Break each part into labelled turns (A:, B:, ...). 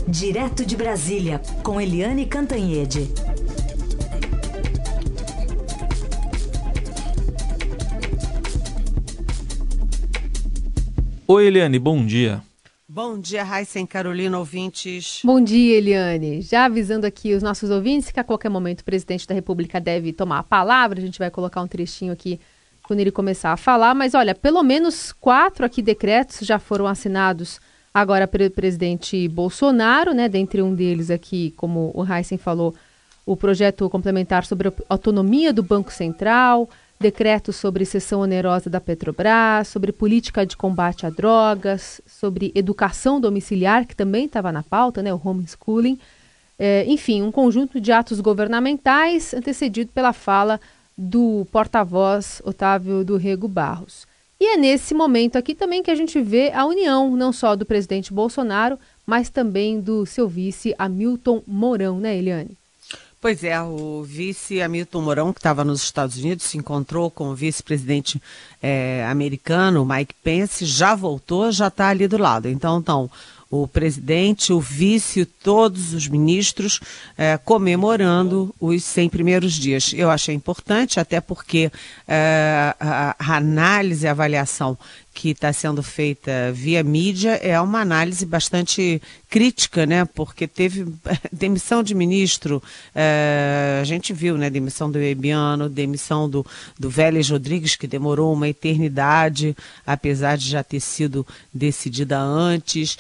A: Direto de Brasília, com Eliane Cantanhede.
B: Oi, Eliane, bom dia.
C: Bom dia, Raíssa e Carolina, ouvintes.
D: Bom dia, Eliane. Já avisando aqui os nossos ouvintes que a qualquer momento o presidente da República deve tomar a palavra. A gente vai colocar um trechinho aqui quando ele começar a falar. Mas olha, pelo menos 4 aqui decretos já foram assinados agora pelo presidente Bolsonaro, né? Dentre um deles aqui, como o Heisen falou, o projeto complementar sobre a autonomia do Banco Central, decreto sobre cessão onerosa da Petrobras, sobre política de combate a drogas, sobre educação domiciliar, que também estava na pauta, né? O homeschooling. Enfim, um conjunto de atos governamentais antecedido pela fala do porta-voz Otávio do Rego Barros. E é nesse momento aqui também que a gente vê a união, não só do presidente Bolsonaro, mas também do seu vice Hamilton Mourão, né, Eliane?
C: Pois é, o vice Hamilton Mourão, que estava nos Estados Unidos, se encontrou com o vice-presidente americano, Mike Pence, já voltou, já está ali do lado. Então, o presidente, o vice, todos os ministros comemorando os 100 primeiros dias. Eu achei importante, até porque a análise, a avaliação que está sendo feita via mídia é uma análise bastante crítica, né? Porque teve demissão de ministro, a gente viu, né? Demissão do Ebiano, demissão do Vélez Rodrigues, que demorou uma eternidade, apesar de já ter sido decidida antes.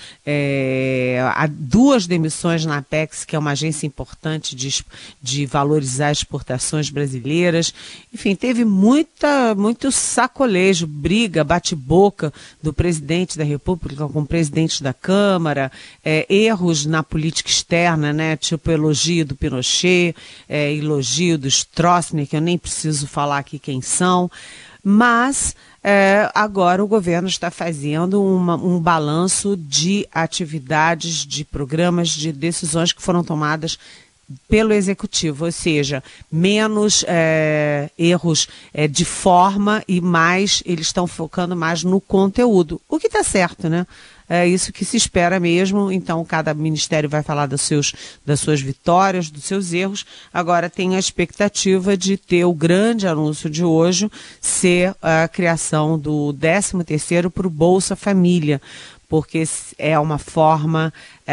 C: Há 2 demissões na Apex, que é uma agência importante de valorizar exportações brasileiras. Enfim, teve muito sacolejo, briga, bate-boca do presidente da República com o presidente da Câmara, erros na política externa, né, tipo elogio do Pinochet, elogio do Stroessner, que eu nem preciso falar aqui quem são, mas agora o governo está fazendo um balanço de atividades, de programas, de decisões que foram tomadas pelo executivo, ou seja, menos erros de forma e mais, eles estão focando mais no conteúdo, o que está certo, né? É isso que se espera mesmo. Então cada ministério vai falar das suas vitórias, dos seus erros. Agora tem a expectativa de ter o grande anúncio de hoje ser a criação do 13º para o Bolsa Família, porque é uma forma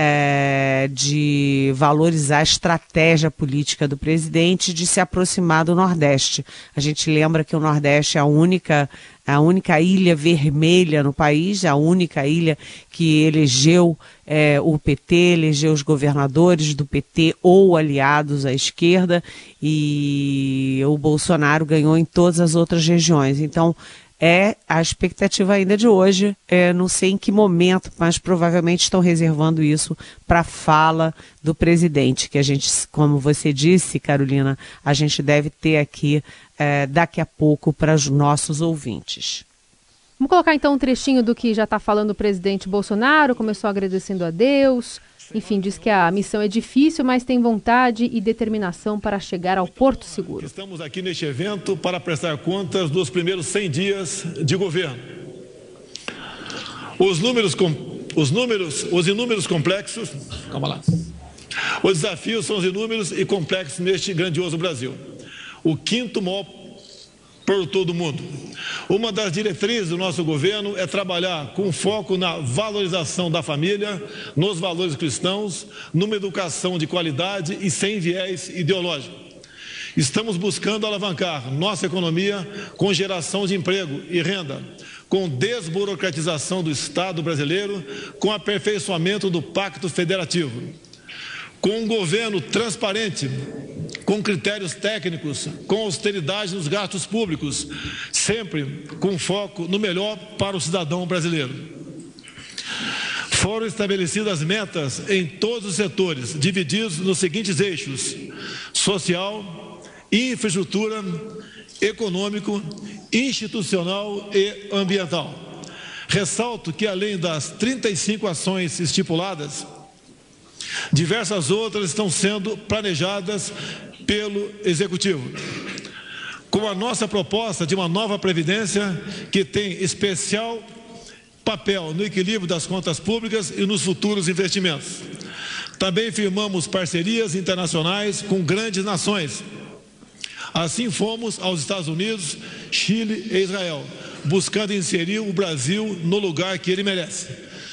C: de valorizar a estratégia política do presidente de se aproximar do Nordeste. A gente lembra que o Nordeste é a única ilha vermelha no país, a única ilha que elegeu o PT, elegeu os governadores do PT ou aliados à esquerda, e o Bolsonaro ganhou em todas as outras regiões. Então, a expectativa ainda de hoje, não sei em que momento, mas provavelmente estão reservando isso para a fala do presidente, que a gente, como você disse, Carolina, a gente deve ter aqui daqui a pouco para os nossos ouvintes.
D: Vamos colocar então um trechinho do que já está falando o presidente Bolsonaro. Começou agradecendo a Deus. Enfim, diz que a missão é difícil, mas tem vontade e determinação para chegar ao Porto Seguro.
E: Estamos aqui neste evento para prestar contas dos primeiros 100 dias de governo. Os inúmeros complexos... Calma lá. Os desafios são os inúmeros e complexos neste grandioso Brasil. O 5º maior por todo o mundo. Uma das diretrizes do nosso governo é trabalhar com foco na valorização da família, nos valores cristãos, numa educação de qualidade e sem viés ideológico. Estamos buscando alavancar nossa economia com geração de emprego e renda, com desburocratização do Estado brasileiro, com aperfeiçoamento do Pacto Federativo, com um governo transparente, com critérios técnicos, com austeridade nos gastos públicos, sempre com foco no melhor para o cidadão brasileiro. Foram estabelecidas metas em todos os setores, divididos nos seguintes eixos: social, infraestrutura, econômico, institucional e ambiental. Ressalto que, além das 35 ações estipuladas, diversas outras estão sendo planejadas pelo Executivo, com a nossa proposta de uma nova Previdência que tem especial papel no equilíbrio das contas públicas e nos futuros investimentos. Também firmamos parcerias internacionais com grandes nações. Assim fomos aos Estados Unidos, Chile e Israel, buscando inserir o Brasil no lugar que ele merece.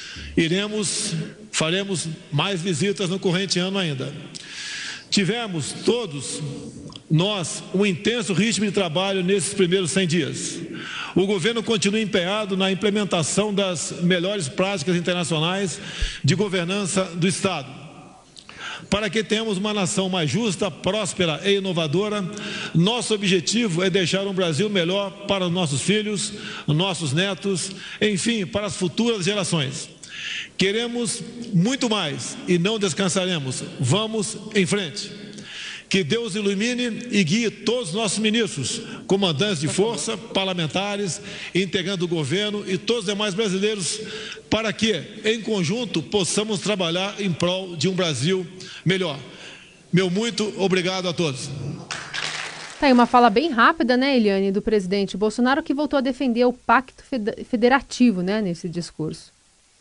E: Faremos mais visitas no corrente ano ainda. Tivemos todos nós um intenso ritmo de trabalho nesses primeiros 100 dias. O governo continua empenhado na implementação das melhores práticas internacionais de governança do Estado. Para que tenhamos uma nação mais justa, próspera e inovadora, nosso objetivo é deixar um Brasil melhor para os nossos filhos, nossos netos, enfim, para as futuras gerações. Queremos muito mais e não descansaremos. Vamos em frente. Que Deus ilumine e guie todos os nossos ministros, comandantes de força, parlamentares, integrando o governo e todos os demais brasileiros, para que, em conjunto, possamos trabalhar em prol de um Brasil melhor. Meu muito obrigado a todos.
D: Tá aí uma fala bem rápida, né, Eliane, do presidente Bolsonaro, que voltou a defender o pacto federativo, né, nesse discurso.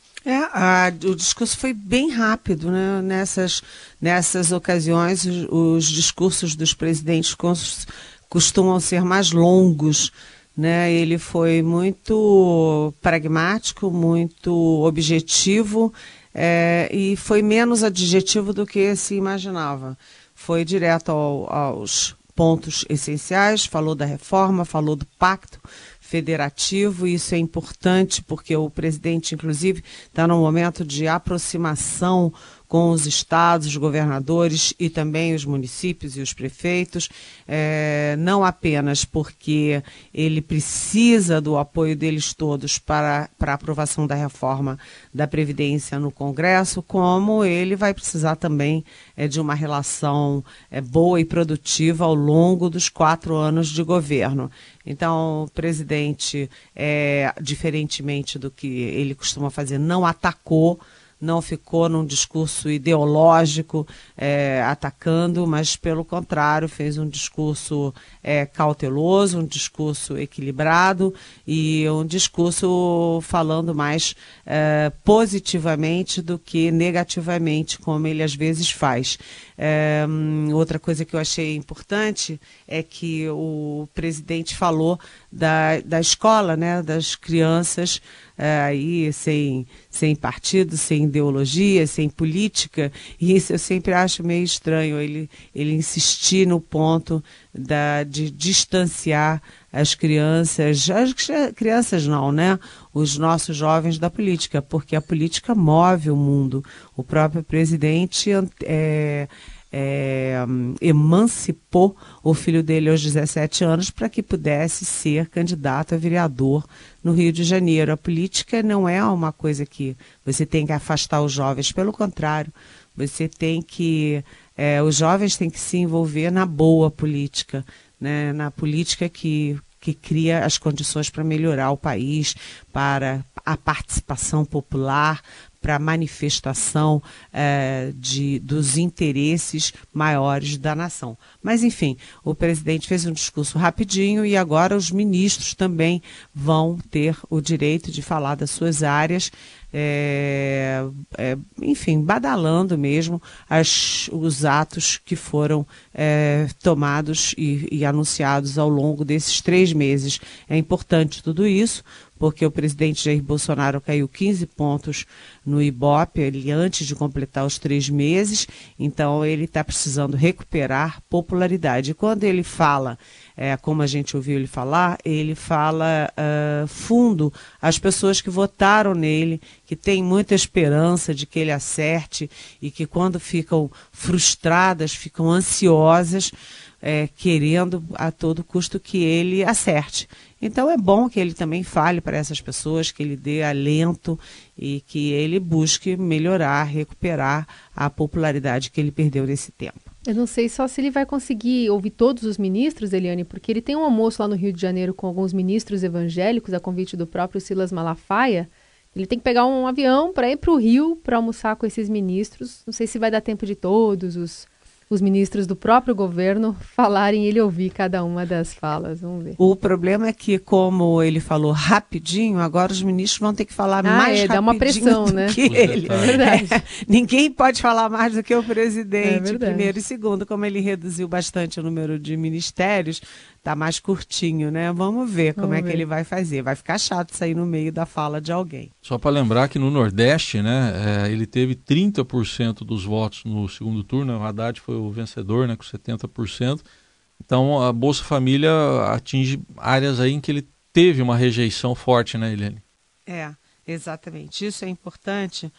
C: O discurso foi bem rápido, né? Nessas ocasiões, os discursos dos presidentes costumam ser mais longos, né? Ele foi muito pragmático, muito objetivo e foi menos adjetivo do que se imaginava. Foi direto aos pontos essenciais, falou da reforma, falou do pacto federativo. Isso é importante porque o presidente, inclusive, está num momento de aproximação com os estados, os governadores e também os municípios e os prefeitos, não apenas porque ele precisa do apoio deles todos para a aprovação da reforma da Previdência no Congresso, como ele vai precisar também de uma relação boa e produtiva ao longo dos 4 anos de governo. Então, o presidente, diferentemente do que ele costuma fazer, não atacou, não ficou num discurso ideológico atacando, mas, pelo contrário, fez um discurso cauteloso, um discurso equilibrado e um discurso falando mais positivamente do que negativamente, como ele às vezes faz. Outra coisa que eu achei importante é que o presidente falou da escola, né, das crianças aí sem partido, sem ideologia, sem política, e isso eu sempre acho meio estranho, ele insistir no ponto de distanciar as crianças não, né? Os nossos jovens da política, porque a política move o mundo. O próprio presidente emancipou o filho dele aos 17 anos para que pudesse ser candidato a vereador no Rio de Janeiro. A política não é uma coisa que você tem que afastar os jovens, pelo contrário, você tem que os jovens têm que se envolver na boa política, né? Na política que cria as condições para melhorar o país, para a participação popular, para a manifestação dos interesses maiores da nação. Mas, enfim, o presidente fez um discurso rapidinho e agora os ministros também vão ter o direito de falar das suas áreas, enfim, badalando mesmo os atos que foram tomados e anunciados ao longo desses 3 meses. É importante tudo isso, porque o presidente Jair Bolsonaro caiu 15 pontos no Ibope, antes de completar os 3 meses, então ele está precisando recuperar popularidade. E quando ele fala, como a gente ouviu ele fala fundo às pessoas que votaram nele, que têm muita esperança de que ele acerte e que quando ficam frustradas, ficam ansiosas, querendo a todo custo que ele acerte. Então é bom que ele também fale para essas pessoas, que ele dê alento e que ele busque melhorar, recuperar a popularidade que ele perdeu nesse tempo.
D: Eu não sei só se ele vai conseguir ouvir todos os ministros, Eliane, porque ele tem um almoço lá no Rio de Janeiro com alguns ministros evangélicos, a convite do próprio Silas Malafaia. Ele tem que pegar um avião para ir para o Rio para almoçar com esses ministros. Não sei se vai dar tempo de todos os os ministros do próprio governo falarem e ele ouvir cada uma das falas. Vamos ver.
C: O problema é que, como ele falou rapidinho, agora os ministros vão ter que falar mais rapidinho
D: dá uma pressão,
C: do
D: né?
C: que ele.
D: É verdade.
C: Ninguém pode falar mais do que o presidente,
D: verdade.
C: primeiro. E segundo, como ele reduziu bastante o número de ministérios, tá mais curtinho, né? Vamos ver como é que ele vai fazer. Vai ficar chato sair no meio da fala de alguém.
B: Só para lembrar que no Nordeste, né, ele teve 30% dos votos no segundo turno, o Haddad foi o vencedor, né, com 70%. Então a Bolsa Família atinge áreas aí em que ele teve uma rejeição forte, né, Eliane?
C: Exatamente. Isso é importante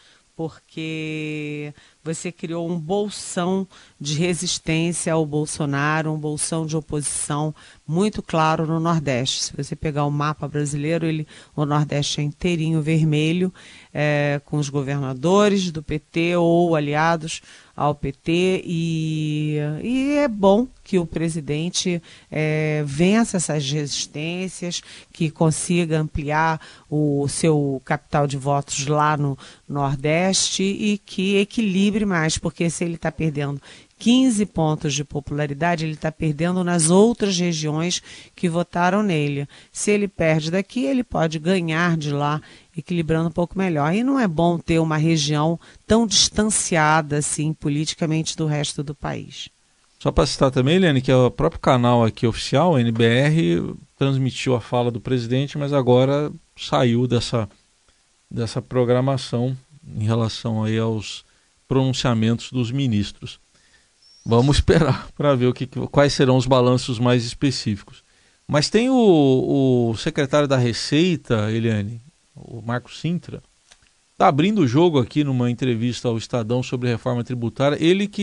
C: porque você criou um bolsão de resistência ao Bolsonaro, um bolsão de oposição muito claro no Nordeste. Se você pegar o mapa brasileiro, o Nordeste é inteirinho vermelho, com os governadores do PT ou aliados ao PT, e é bom que o presidente vença essas resistências, que consiga ampliar o seu capital de votos lá no Nordeste e que equilibre mais, porque se ele está perdendo 15 pontos de popularidade, ele está perdendo nas outras regiões que votaram nele. Se ele perde daqui, ele pode ganhar de lá, equilibrando um pouco melhor. E não é bom ter uma região tão distanciada assim politicamente do resto do país.
B: Só para citar também, Eliane, que o próprio canal aqui oficial, a NBR, transmitiu a fala do presidente, mas agora saiu dessa programação em relação aí aos pronunciamentos dos ministros. Vamos esperar para ver quais serão os balanços mais específicos. Mas tem o secretário da Receita, Eliane, o Marco Sintra, está abrindo o jogo aqui numa entrevista ao Estadão sobre reforma tributária.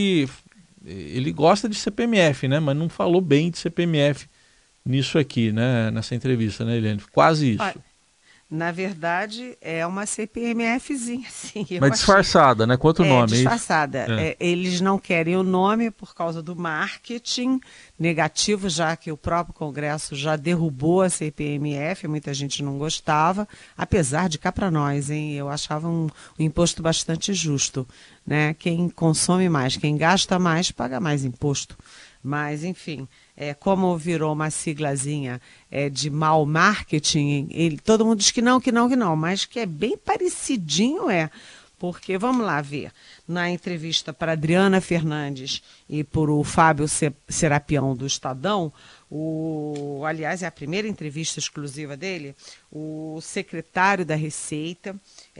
B: Ele gosta de CPMF, né? Mas não falou bem de CPMF nisso aqui, né? Nessa entrevista, né, Eliane? Quase isso.
C: Olha, na verdade, é uma CPMFzinha, sim.
B: Mas disfarçada, né? Quanto o nome?
C: Disfarçada. Eles não querem o nome por causa do marketing negativo, já que o próprio Congresso já derrubou a CPMF, muita gente não gostava, apesar de cá para nós, hein? Eu achava um imposto bastante justo, né? Quem consome mais, quem gasta mais, paga mais imposto. Mas, enfim, como virou uma siglazinha de mau marketing, todo mundo diz que não, mas que é bem parecidinho, porque, vamos lá ver, na entrevista para Adriana Fernandes e por o Fábio Serapião do Estadão, aliás, é a primeira entrevista exclusiva dele, o secretário da Receita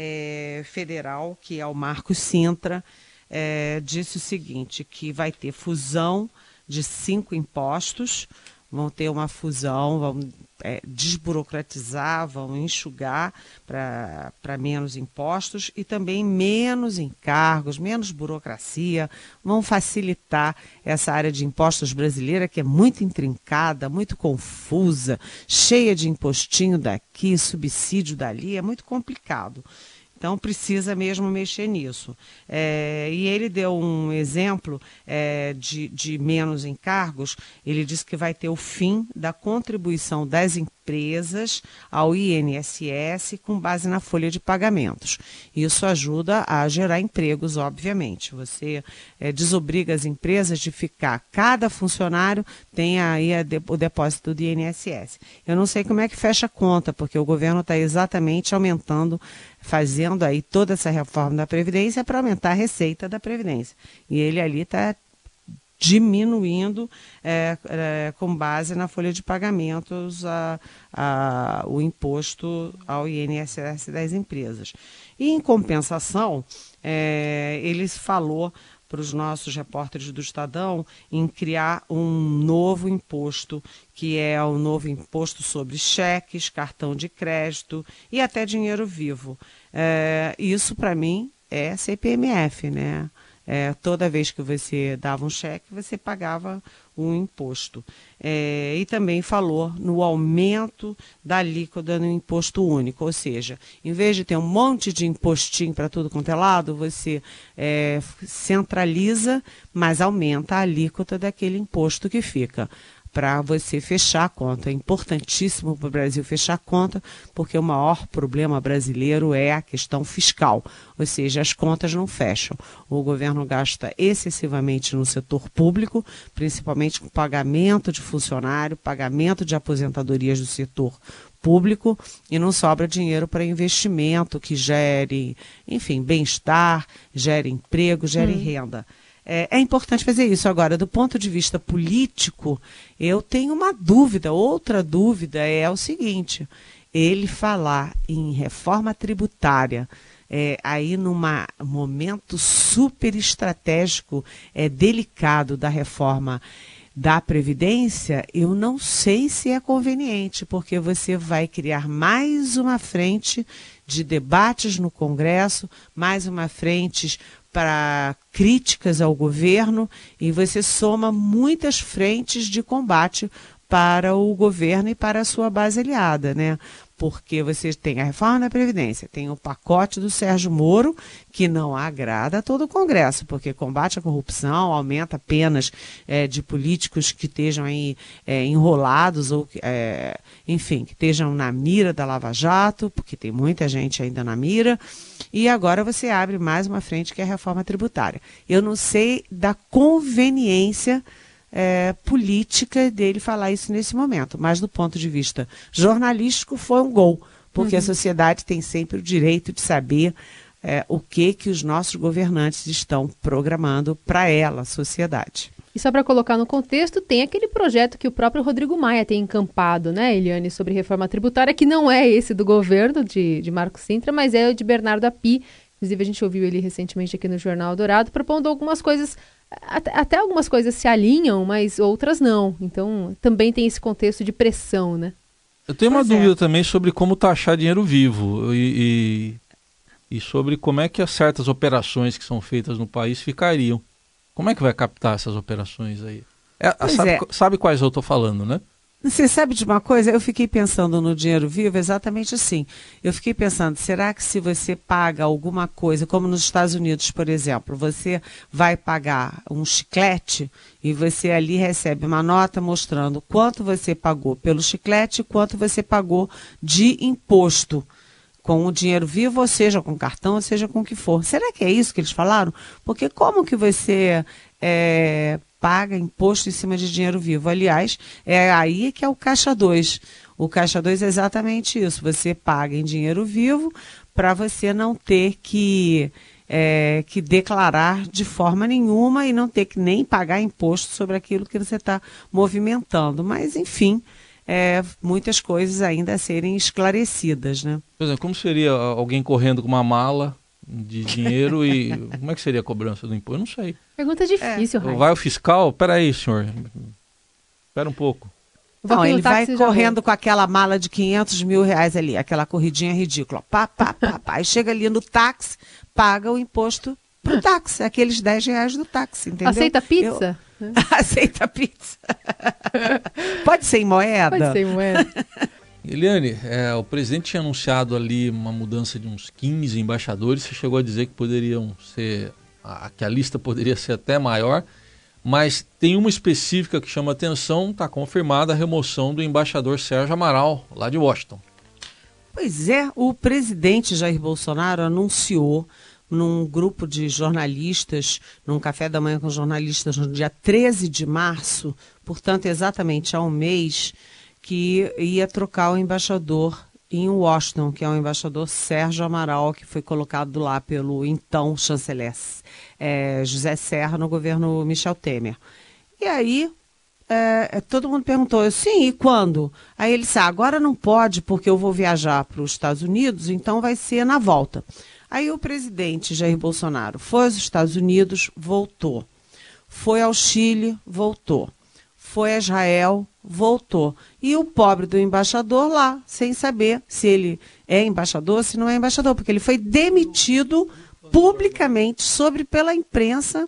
C: Federal, que é o Marcos Sintra, disse o seguinte, que vai ter fusão de 5 impostos, vão ter uma fusão, vão desburocratizar, vão enxugar para menos impostos e também menos encargos, menos burocracia, vão facilitar essa área de impostos brasileira que é muito intrincada, muito confusa, cheia de impostinho daqui, subsídio dali, é muito complicado. Então, precisa mesmo mexer nisso. E ele deu um exemplo de menos encargos. Ele disse que vai ter o fim da contribuição das empresas ao INSS com base na folha de pagamentos. Isso ajuda a gerar empregos, obviamente. Você desobriga as empresas de ficar, cada funcionário tem aí o depósito do INSS. Eu não sei como é que fecha a conta, porque o governo está exatamente fazendo aí toda essa reforma da Previdência para aumentar a receita da Previdência. E ele ali está diminuindo com base na folha de pagamentos o imposto ao INSS das empresas. E, em compensação, ele falou para os nossos repórteres do Estadão em criar um novo imposto, que é o novo imposto sobre cheques, cartão de crédito e até dinheiro vivo. Isso, para mim, é CPMF, né? Toda vez que você dava um cheque, você pagava um imposto. E também falou no aumento da alíquota no imposto único, ou seja, em vez de ter um monte de impostinho para tudo quanto é lado, você centraliza, mas aumenta a alíquota daquele imposto que fica. para você fechar a conta. É importantíssimo para o Brasil fechar a conta, porque o maior problema brasileiro é a questão fiscal, ou seja, as contas não fecham. O governo gasta excessivamente no setor público, principalmente com pagamento de funcionário, pagamento de aposentadorias do setor público, e não sobra dinheiro para investimento que gere, enfim, bem-estar, gere emprego, gere renda. É importante fazer isso. Agora, do ponto de vista político, eu tenho uma dúvida. Outra dúvida é o seguinte: ele falar em reforma tributária, aí num momento super estratégico, delicado da reforma da Previdência, eu não sei se é conveniente, porque você vai criar mais uma frente de debates no Congresso, mais uma frente para críticas ao governo, e você soma muitas frentes de combate para o governo e para a sua base aliada, né? Porque você tem a reforma da Previdência, tem o pacote do Sérgio Moro, que não agrada a todo o Congresso, porque combate a corrupção, aumenta penas de políticos que estejam aí enrolados, ou enfim, que estejam na mira da Lava Jato, porque tem muita gente ainda na mira, e agora você abre mais uma frente, que é a reforma tributária. Eu não sei da conveniência política dele falar isso nesse momento, mas do ponto de vista jornalístico foi um gol, porque a sociedade tem sempre o direito de saber o que os nossos governantes estão programando para ela, a sociedade.
D: E só para colocar no contexto, tem aquele projeto que o próprio Rodrigo Maia tem encampado, né, Eliane, sobre reforma tributária, que não é esse do governo de Marco Cintra, mas é o de Bernardo Api. Inclusive, a gente ouviu ele recentemente aqui no Jornal Dourado, propondo algumas coisas. Até algumas coisas se alinham, mas outras não. Então, também tem esse contexto de pressão, né?
B: Eu tenho uma dúvida também sobre como taxar dinheiro vivo e sobre como é que certas operações que são feitas no país ficariam. Como é que vai captar essas operações aí? Sabe quais eu estou falando, né?
C: Você sabe de uma coisa? Eu fiquei pensando no dinheiro vivo exatamente assim. Eu fiquei pensando, será que se você paga alguma coisa, como nos Estados Unidos, por exemplo, você vai pagar um chiclete e você ali recebe uma nota mostrando quanto você pagou pelo chiclete e quanto você pagou de imposto com o dinheiro vivo, ou seja, com cartão, ou seja, com o que for. Será que é isso que eles falaram? Porque como que você paga imposto em cima de dinheiro vivo? Aliás, é aí que é o Caixa 2. O Caixa 2 é exatamente isso. Você paga em dinheiro vivo para você não ter que declarar de forma nenhuma e não ter que nem pagar imposto sobre aquilo que você está movimentando. Mas, enfim, muitas coisas ainda a serem esclarecidas, né?
B: Por exemplo, como seria alguém correndo com uma mala de dinheiro e como é que seria a cobrança do imposto? Eu não sei.
D: Pergunta difícil, Raíssa.
B: Vai o fiscal? Peraí, senhor. Espera um pouco.
C: Não, ele vai correndo com aquela mala de 500 mil reais ali, aquela corridinha ridícula. Pá. Aí chega ali no táxi, paga o imposto pro táxi, aqueles 10 reais do táxi, entendeu?
D: Aceita pizza?
C: Aceita pizza. Pode ser em moeda?
D: Pode ser em moeda.
B: Eliane, o presidente tinha anunciado ali uma mudança de uns 15 embaixadores. Você chegou a dizer que poderiam ser, que a lista poderia ser até maior, mas tem uma específica que chama atenção, está confirmada a remoção do embaixador Sérgio Amaral, lá de Washington.
C: Pois é, o presidente Jair Bolsonaro anunciou num grupo de jornalistas, num café da manhã com jornalistas no dia 13 de março, portanto exatamente há um mês, que ia trocar o embaixador em Washington, que é o embaixador Sérgio Amaral, que foi colocado lá pelo então chanceler José Serra no governo Michel Temer. E aí todo mundo perguntou, sim, e quando? Aí ele disse, agora não pode porque eu vou viajar para os Estados Unidos, então vai ser na volta. Aí o presidente Jair Bolsonaro foi aos Estados Unidos, voltou. Foi ao Chile, voltou. Foi a Israel, voltou. E o pobre do embaixador lá, sem saber se ele é embaixador ou se não é embaixador, porque ele foi demitido publicamente pela imprensa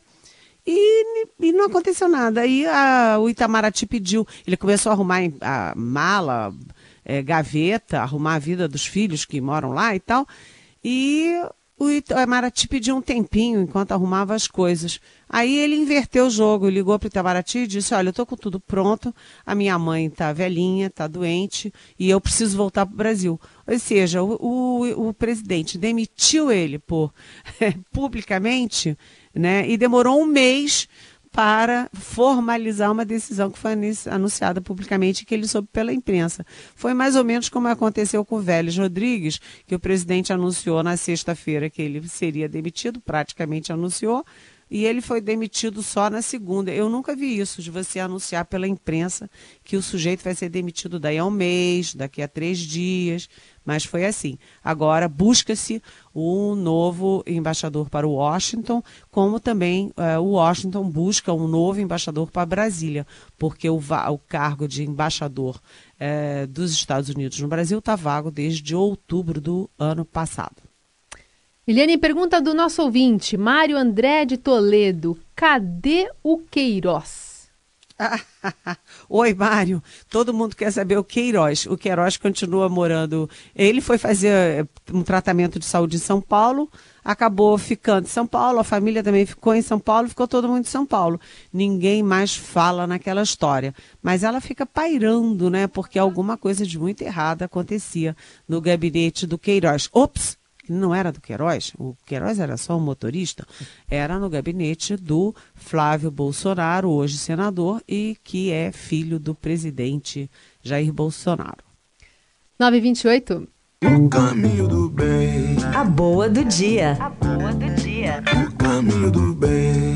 C: e não aconteceu nada. Aí o Itamaraty pediu, ele começou a arrumar a mala, gaveta, arrumar a vida dos filhos que moram lá e tal, e o Itamaraty pediu um tempinho enquanto arrumava as coisas. Aí ele inverteu o jogo, ligou para o Itamaraty e disse, olha, eu estou com tudo pronto, a minha mãe está velhinha, está doente e eu preciso voltar para o Brasil. Ou seja, o presidente demitiu ele publicamente, né, e demorou um mês para formalizar uma decisão que foi anunciada publicamente, que ele soube pela imprensa. Foi mais ou menos como aconteceu com o Vélez Rodrigues, que o presidente anunciou na sexta-feira que ele seria demitido, praticamente anunciou, e ele foi demitido só na segunda. Eu nunca vi isso, de você anunciar pela imprensa que o sujeito vai ser demitido daí a um mês, daqui a 3 dias, mas foi assim. Agora busca-se um novo embaixador para o Washington, como também o Washington busca um novo embaixador para Brasília, porque o cargo de embaixador dos Estados Unidos no Brasil está vago desde outubro do ano passado.
D: Eliane, pergunta do nosso ouvinte, Mário André de Toledo. Cadê o Queiroz?
C: Oi, Mário. Todo mundo quer saber o Queiroz. O Queiroz continua morando. Ele foi fazer um tratamento de saúde em São Paulo, acabou ficando em São Paulo, a família também ficou em São Paulo, ficou todo mundo em São Paulo. Ninguém mais fala naquela história. Mas ela fica pairando, né? Porque alguma coisa de muito errada acontecia no gabinete do Queiroz. Ops! Não era do Queiroz, o Queiroz era só um motorista, era no gabinete do Flávio Bolsonaro, hoje senador, e que é filho do presidente Jair Bolsonaro.
D: 9h28.
F: O caminho do bem.
A: A boa do dia.
F: O caminho do bem.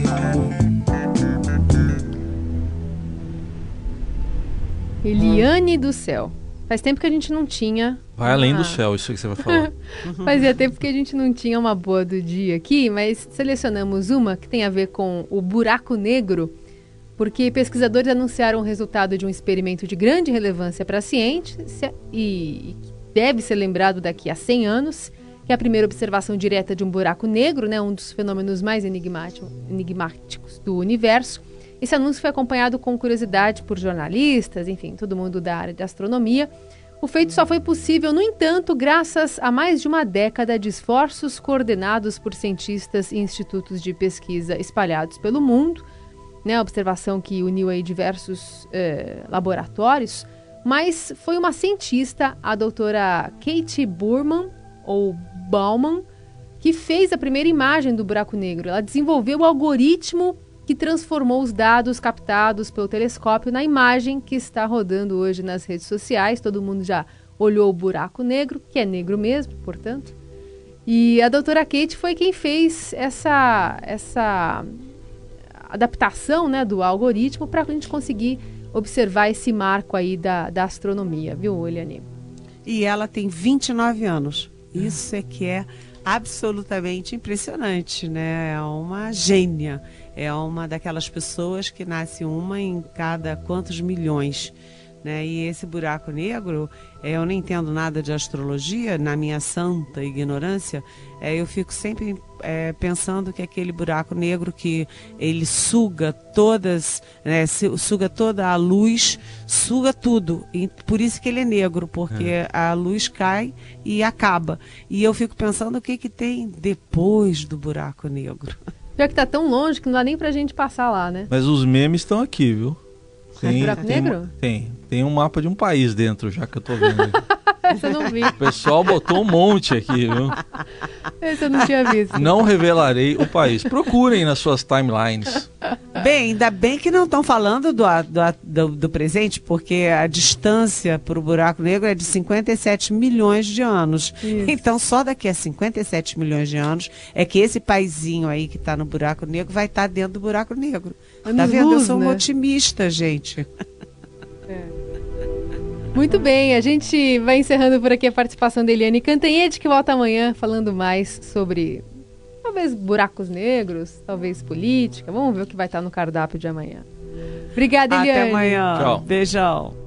D: Eliane do céu. Faz tempo que a gente não tinha...
B: Vai além do céu, isso que você vai falar.
D: Fazia tempo que a gente não tinha uma boa do dia aqui, mas selecionamos uma que tem a ver com o buraco negro, porque pesquisadores anunciaram o resultado de um experimento de grande relevância para a ciência e deve ser lembrado daqui a 100 anos, que é a primeira observação direta de um buraco negro, né, um dos fenômenos mais enigmáticos do universo. Esse anúncio foi acompanhado com curiosidade por jornalistas, enfim, todo mundo da área de astronomia. O feito só foi possível, no entanto, graças a mais de uma década de esforços coordenados por cientistas e institutos de pesquisa espalhados pelo mundo, né, a observação que uniu aí diversos laboratórios, mas foi uma cientista, a doutora Kate Bauman, que fez a primeira imagem do buraco negro. Ela desenvolveu o algoritmo que transformou os dados captados pelo telescópio na imagem que está rodando hoje nas redes sociais. Todo mundo já olhou o buraco negro, que é negro mesmo, portanto. E a doutora Kate foi quem fez essa adaptação, né, do algoritmo para a gente conseguir observar esse marco aí da astronomia, viu, Eliane?
C: E ela tem 29 anos. Isso é que é absolutamente impressionante, né? É uma gênia. É uma daquelas pessoas que nasce uma em cada quantos milhões, né? E esse buraco negro, eu não entendo nada de astrologia, na minha santa ignorância, eu fico sempre pensando que aquele buraco negro que ele suga todas, né, suga toda a luz, suga tudo, e por isso que ele é negro, porque a luz cai e acaba. E eu fico pensando o que tem depois do buraco negro.
D: Pior que tá tão longe que não dá nem pra gente passar lá, né?
B: Mas os memes estão aqui, viu?
D: Buraco negro?
B: Tem um mapa de um país dentro, já que eu tô vendo.
D: Essa eu não vi.
B: O pessoal botou um monte aqui, viu?
D: Essa eu não tinha visto.
B: Não revelarei o país. Procurem nas suas timelines.
C: Bem, ainda bem que não estão falando do presente, porque a distância para o buraco negro é de 57 milhões de anos. Isso. Então, só daqui a 57 milhões de anos é que esse paizinho aí que está no buraco negro vai estar dentro do buraco negro. Tá vendo? Eu sou uma otimista, gente.
D: Muito bem, a gente vai encerrando por aqui a participação da Eliane Cantanhede, que volta amanhã falando mais sobre talvez buracos negros, talvez política. Vamos ver o que vai estar no cardápio de amanhã. Obrigada, Eliane.
C: Até amanhã.
B: Tchau.
C: Beijão.